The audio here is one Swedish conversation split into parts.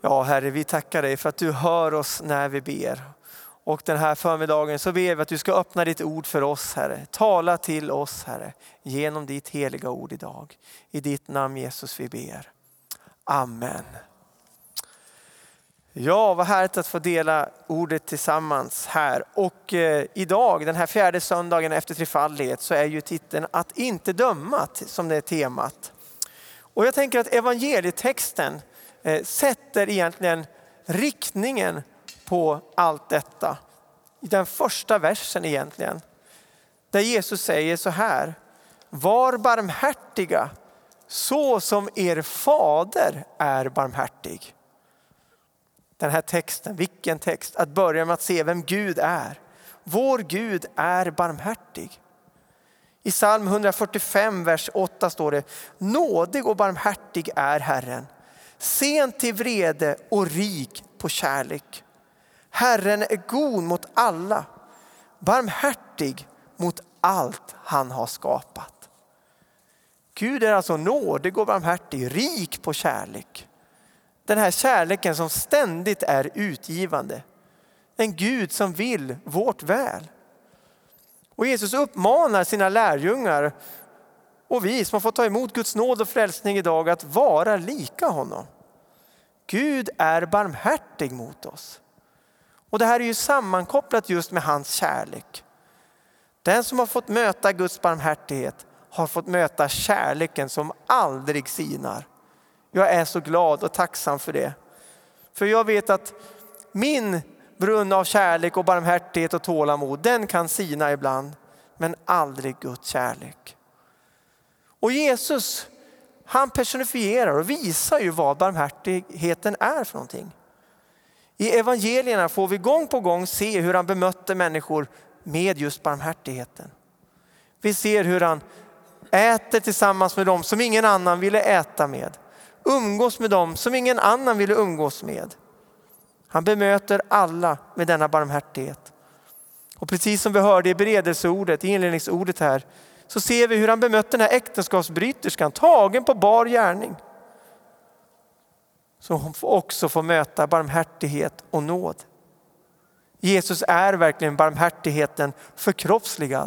Ja, Herre, vi tackar dig för att du hör oss när vi ber. Och den här förmiddagen så ber vi att du ska öppna ditt ord för oss, Herre. Tala till oss, Herre, genom ditt heliga ord idag. I ditt namn, Jesus, vi ber. Amen. Ja, vad härligt att få dela ordet tillsammans här. Och idag, den här fjärde söndagen efter trefaldighet, så är ju titeln att inte döma som det är temat. Och jag tänker att evangelietexten sätter egentligen riktningen på allt detta. I den första versen egentligen. Där Jesus säger så här: var barmhärtiga så som er fader är barmhärtig. Den här texten, vilken text, att börja med att se vem Gud är. Vår Gud är barmhärtig. I psalm 145 vers 8 står det: nådig och barmhärtig är Herren, sent till vrede och rik på kärlek. Herren är god mot alla, barmhärtig mot allt han har skapat. Gud är alltså nådig och barmhärtig, rik på kärlek. Den här kärleken som ständigt är utgivande. En Gud som vill vårt väl. Och Jesus uppmanar sina lärjungar och vi som har fått ta emot Guds nåd och frälsning idag att vara lika honom. Gud är barmhärtig mot oss. Och det här är ju sammankopplat just med hans kärlek. Den som har fått möta Guds barmhärtighet har fått möta kärleken som aldrig sinar. Jag är så glad och tacksam för det. För jag vet att min brunn av kärlek och barmhärtighet och tålamod, den kan sina ibland, men aldrig Guds kärlek. Och Jesus, han personifierar och visar ju vad barmhärtigheten är för någonting. I evangelierna får vi gång på gång se hur han bemötte människor med just barmhärtigheten. Vi ser hur han äter tillsammans med dem som ingen annan ville äta med. Umgås med dem som ingen annan ville umgås med. Han bemöter alla med denna barmhärtighet. Och precis som vi hörde i beredelseordet, i inledningsordet här, så ser vi hur han bemötte den här äktenskapsbryterskan, tagen på bar gärning. Så hon också får möta barmhärtighet och nåd. Jesus är verkligen barmhärtigheten förkroppsligad.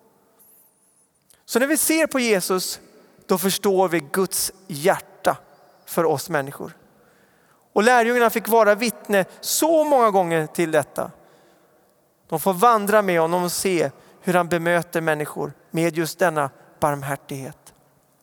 Så när vi ser på Jesus, då förstår vi Guds hjärta för oss människor. Och lärjungarna fick vara vittne så många gånger till detta. De får vandra med honom och se hur han bemöter människor med just denna barmhärtighet.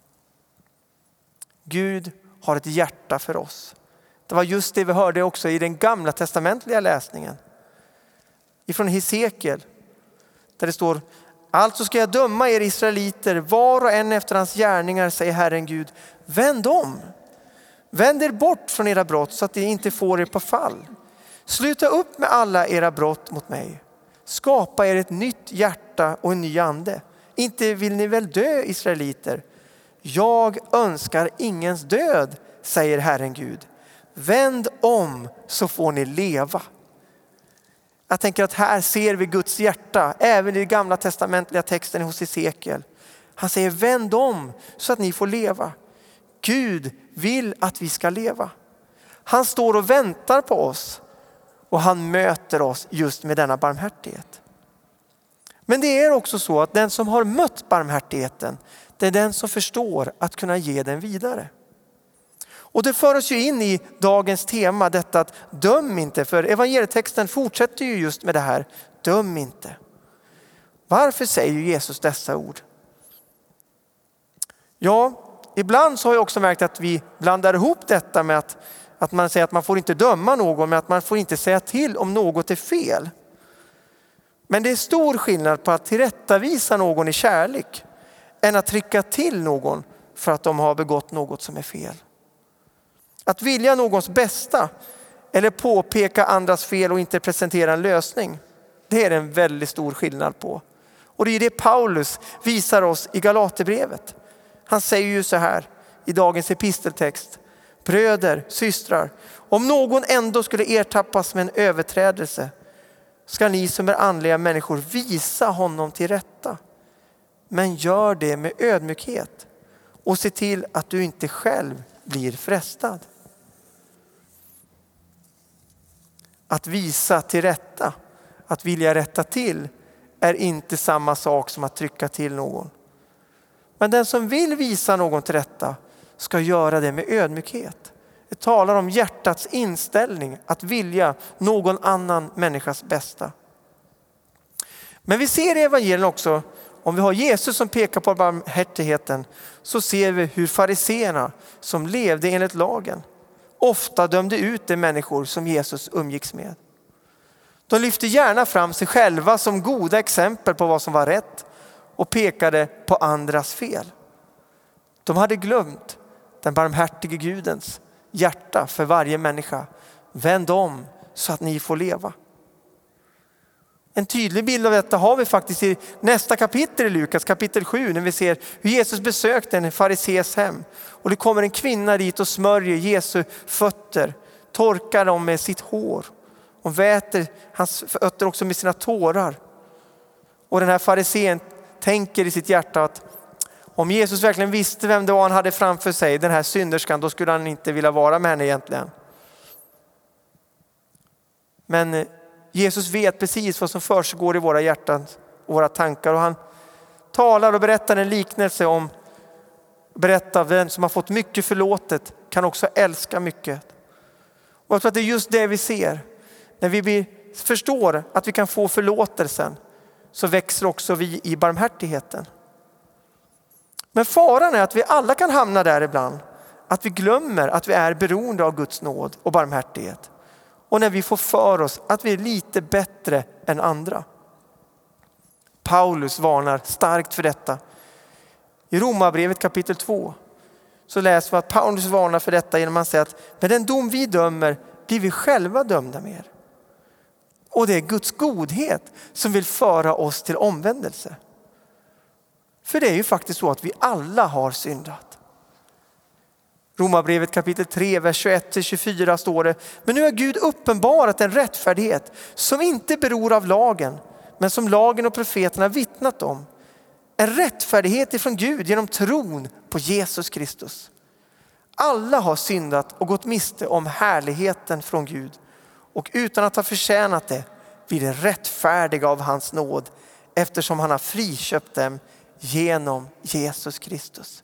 Gud har ett hjärta för oss. Det var just det vi hörde också i den gamla testamentliga läsningen. Ifrån Hesekiel. Där det står: alltså ska jag döma er israeliter var och en efter hans gärningar, säger Herren Gud. Vänd om. Vänd er bort från era brott så att ni inte får er på fall. Sluta upp med alla era brott mot mig. Skapa er ett nytt hjärta och en ny ande. Inte vill ni väl dö, israeliter? Jag önskar ingens död, säger Herren Gud. Vänd om så får ni leva. Jag tänker att här ser vi Guds hjärta, även i den gamla testamentliga texten hos Hesekiel. Han säger: vänd om så att ni får leva. Gud vill att vi ska leva. Han står och väntar på oss. Och han möter oss just med denna barmhärtighet. Men det är också så att den som har mött barmhärtigheten, det är den som förstår att kunna ge den vidare. Och det för oss ju in i dagens tema, detta att döm inte. För evangelietexten fortsätter ju just med det här: döm inte. Varför säger Jesus dessa ord? Ja, ibland så har jag också märkt att vi blandar ihop detta med att man säger att man får inte döma någon, men att man får inte säga till om något är fel. Men det är stor skillnad på att tillrättavisa någon i kärlek än att trycka till någon för att de har begått något som är fel. Att vilja någons bästa eller påpeka andras fel och inte presentera en lösning, det är en väldigt stor skillnad på. Och det är det Paulus visar oss i Galaterbrevet. Han säger ju så här i dagens episteltext: bröder, systrar, om någon ändå skulle ertappas med en överträdelse, ska ni som är andliga människor visa honom till rätta. Men gör det med ödmjukhet och se till att du inte själv blir frestad. att visa till rätta, att vilja rätta till, är inte samma sak som att trycka till någon. Men den som vill visa någon till rätta ska göra det med ödmjukhet. Det talar om hjärtats inställning att vilja någon annan människas bästa. Men vi ser i evangelien också, om vi har Jesus som pekar på barmhärtigheten, så ser vi hur fariseerna som levde enligt lagen ofta dömde ut de människor som Jesus umgicks med. De lyfte gärna fram sig själva som goda exempel på vad som var rätt och pekade på andras fel. De hade glömt den barmhärtige Gudens hjärta för varje människa. Vänd om så att ni får leva. En tydlig bild av detta har vi faktiskt i nästa kapitel i Lukas, kapitel 7, när vi ser hur Jesus besökte en farisees hem. Och det kommer en kvinna dit och smörjer Jesu fötter, torkar dem med sitt hår och väter hans fötter också med sina tårar. Och den här farisén tänker i sitt hjärta att om Jesus verkligen visste vem det var han hade framför sig, den här synderskan, då skulle han inte vilja vara med henne egentligen. Men Jesus vet precis vad som försiggår i våra hjärtan och våra tankar. Och han talar och berättar en liknelse om, berättar vem som har fått mycket förlåtet kan också älska mycket. Och jag tror att det är just det vi ser. När vi förstår att vi kan få förlåtelsen, så växer också vi i barmhärtigheten. Men faran är att vi alla kan hamna där ibland. Att vi glömmer att vi är beroende av Guds nåd och barmhärtighet. Och när vi får för oss att vi är lite bättre än andra. Paulus varnar starkt för detta. I Romarbrevet kapitel 2 så läser vi att Paulus varnar för detta genom att säga att med den dom vi dömer blir vi själva dömda med. Och det är Guds godhet som vill föra oss till omvändelse. För det är ju faktiskt så att vi alla har syndat. Romarbrevet kapitel 3, vers 21-24 står det: men nu har Gud uppenbarat en rättfärdighet som inte beror av lagen, men som lagen och profeterna vittnat om. En rättfärdighet ifrån Gud genom tron på Jesus Kristus. Alla har syndat och gått miste om härligheten från Gud, och utan att ha förtjänat det blir det rättfärdiga av hans nåd, eftersom han har friköpt dem genom Jesus Kristus.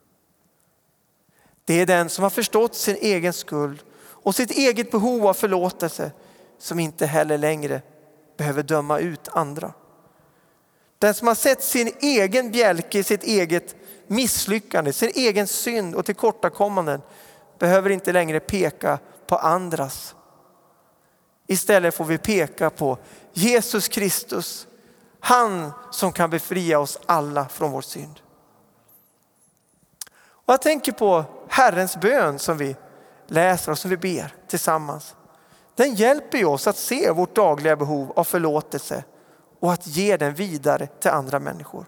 Det är den som har förstått sin egen skuld och sitt eget behov av förlåtelse som inte heller längre behöver döma ut andra. Den som har sett sin egen bjälke, sitt eget misslyckande, sin egen synd och tillkortakommanden behöver inte längre peka på andras. Istället får vi peka på Jesus Kristus, han som kan befria oss alla från vår synd. Och jag tänker på Herrens bön som vi läser och som vi ber tillsammans. Den hjälper oss att se vårt dagliga behov av förlåtelse och att ge den vidare till andra människor.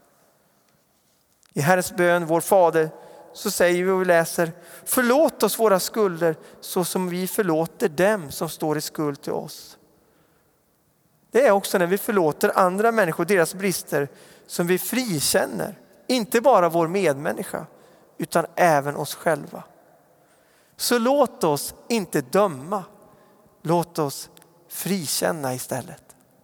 I Herrens bön, vår Fader, så säger vi och vi läser: förlåt oss våra skulder så som vi förlåter dem som står i skuld till oss. Det är också när vi förlåter andra människor deras brister som vi frikänner inte bara vår medmänniska utan även oss själva. Så låt oss inte döma, låt oss frikänna istället.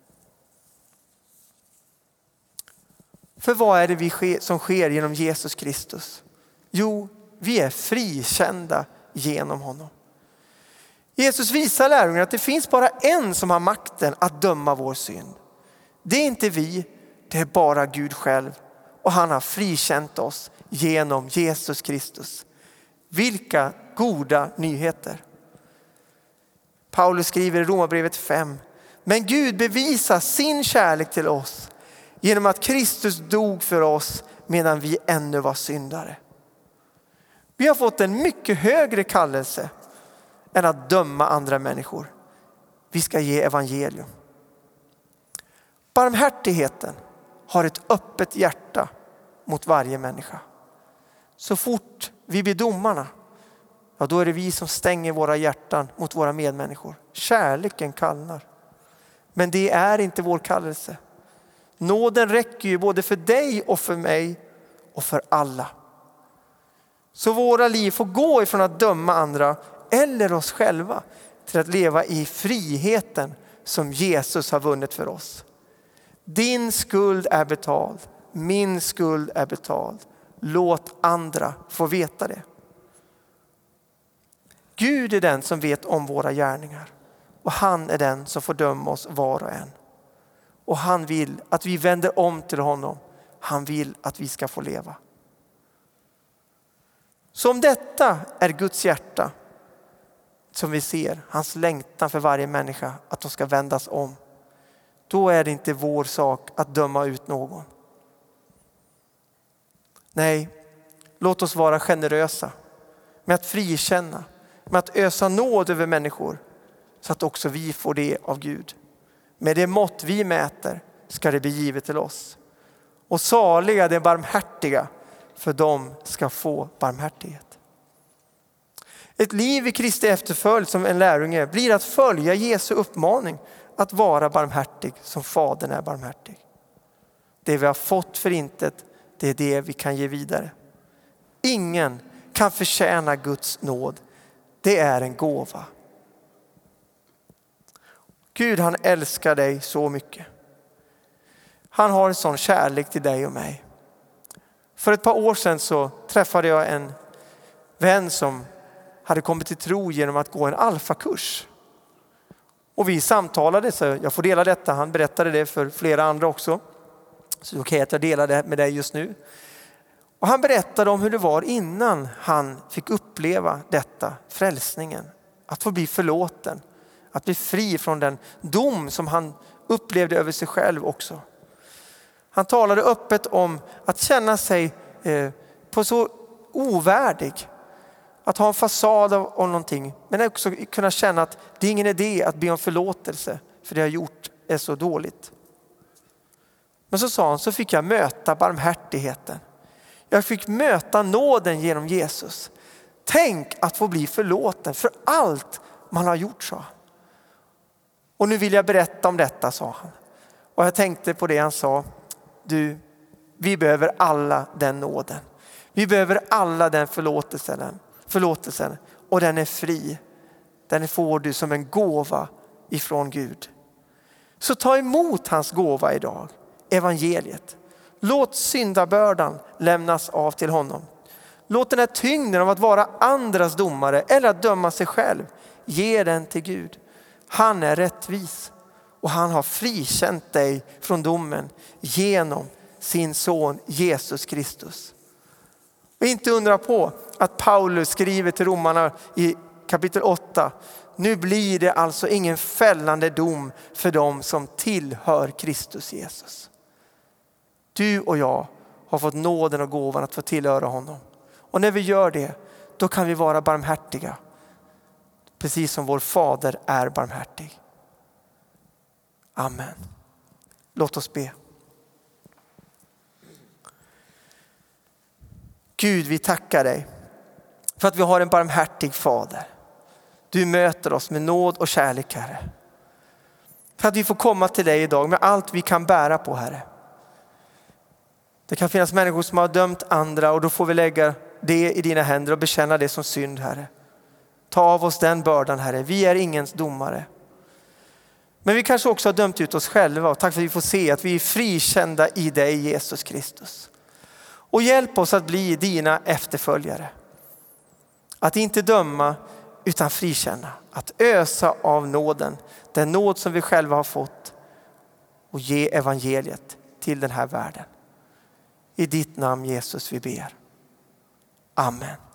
För vad är det som sker genom Jesus Kristus? Jo, vi är frikända genom honom. Jesus visar lärjungarna att det finns bara en som har makten att döma vår synd. Det är inte vi, det är bara Gud själv. Och han har frikänt oss genom Jesus Kristus. Vilka goda nyheter. Paulus skriver i Romarbrevet 5: men Gud bevisar sin kärlek till oss genom att Kristus dog för oss medan vi ännu var syndare. Vi har fått en mycket högre kallelse än att döma andra människor. Vi ska ge evangelium. Barmhärtigheten har ett öppet hjärta mot varje människa. Så fort vi blir domarna, ja, då är det vi som stänger våra hjärtan mot våra medmänniskor. Kärleken kallnar. Men det är inte vår kallelse. Nåden räcker ju både för dig och för mig och för alla. Så våra liv får gå ifrån att döma andra eller oss själva till att leva i friheten som Jesus har vunnit för oss. Din skuld är betald. Min skuld är betald. Låt andra få veta det. Gud är den som vet om våra gärningar. Och han är den som får döma oss var och en. Och han vill att vi vänder om till honom. Han vill att vi ska få leva. Så om detta är Guds hjärta, som vi ser, hans längtan för varje människa att de ska vändas om, då är det inte vår sak att döma ut någon. Nej, låt oss vara generösa med att frikänna, med att ösa nåd över människor så att också vi får det av Gud. Med det mått vi mäter ska det bli givet till oss. Och saliga det barmhärtiga, för de ska få barmhärtighet. Ett liv i Kristi efterföljd som en lärjunge blir att följa Jesu uppmaning att vara barmhärtig som Fadern är barmhärtig. Det vi har fått för intet, det är det vi kan ge vidare. Ingen kan förtjäna Guds nåd. Det är en gåva. Gud, han älskar dig så mycket. Han har en sån kärlek till dig och mig. För ett par år sedan så träffade jag en vän som hade kommit till tro genom att gå en alfakurs. Och vi samtalade, så jag får dela detta. Han berättade det för flera andra också. Så det är okej att jag delar det med dig just nu. Och han berättade om hur det var innan han fick uppleva detta, frälsningen. Att få bli förlåten. Att bli fri från den dom som han upplevde över sig själv också. Han talade öppet om att känna sig på så ovärdig. Att ha en fasad av någonting. Men också kunna känna att det är ingen idé att be om förlåtelse. För det jag har gjort är så dåligt. Men så sa han, så fick jag möta barmhärtigheten. Jag fick möta nåden genom Jesus. Tänk att få bli förlåten för allt man har gjort, sa han. Och nu vill jag berätta om detta, sa han. Och jag tänkte på det han sa. Vi behöver alla den nåden. Vi behöver alla den förlåtelsen. Och den är fri. Den får du som en gåva ifrån Gud. Så ta emot hans gåva idag. Evangeliet. Låt syndabördan lämnas av till honom. Låt den här tyngden av att vara andras domare eller att döma sig själv. Ge den till Gud. Han är rättvis. Och han har frikänt dig från domen genom sin son Jesus Kristus. Och inte undra på att Paulus skriver till romarna i kapitel 8. Nu blir det alltså ingen fällande dom för dem som tillhör Kristus Jesus. Du och jag har fått nåden och gåvan att få tillhöra honom. Och när vi gör det, då kan vi vara barmhärtiga. Precis som vår fader är barmhärtig. Amen. Låt oss be. Gud, vi tackar dig för att vi har en barmhärtig fader. Du möter oss med nåd och kärlek, Herre. För att vi får komma till dig idag med allt vi kan bära på, Herre. Det kan finnas människor som har dömt andra och då får vi lägga det i dina händer och bekänna det som synd, Herre. Ta av oss den bördan, Herre. Vi är ingens domare. Men vi kanske också har dömt ut oss själva och tack för att vi får se att vi är frikända i dig, Jesus Kristus. Och hjälp oss att bli dina efterföljare. Att inte döma utan frikänna. Att ösa av nåden. Den nåd som vi själva har fått. Och ge evangeliet till den här världen. I ditt namn, Jesus, vi ber. Amen.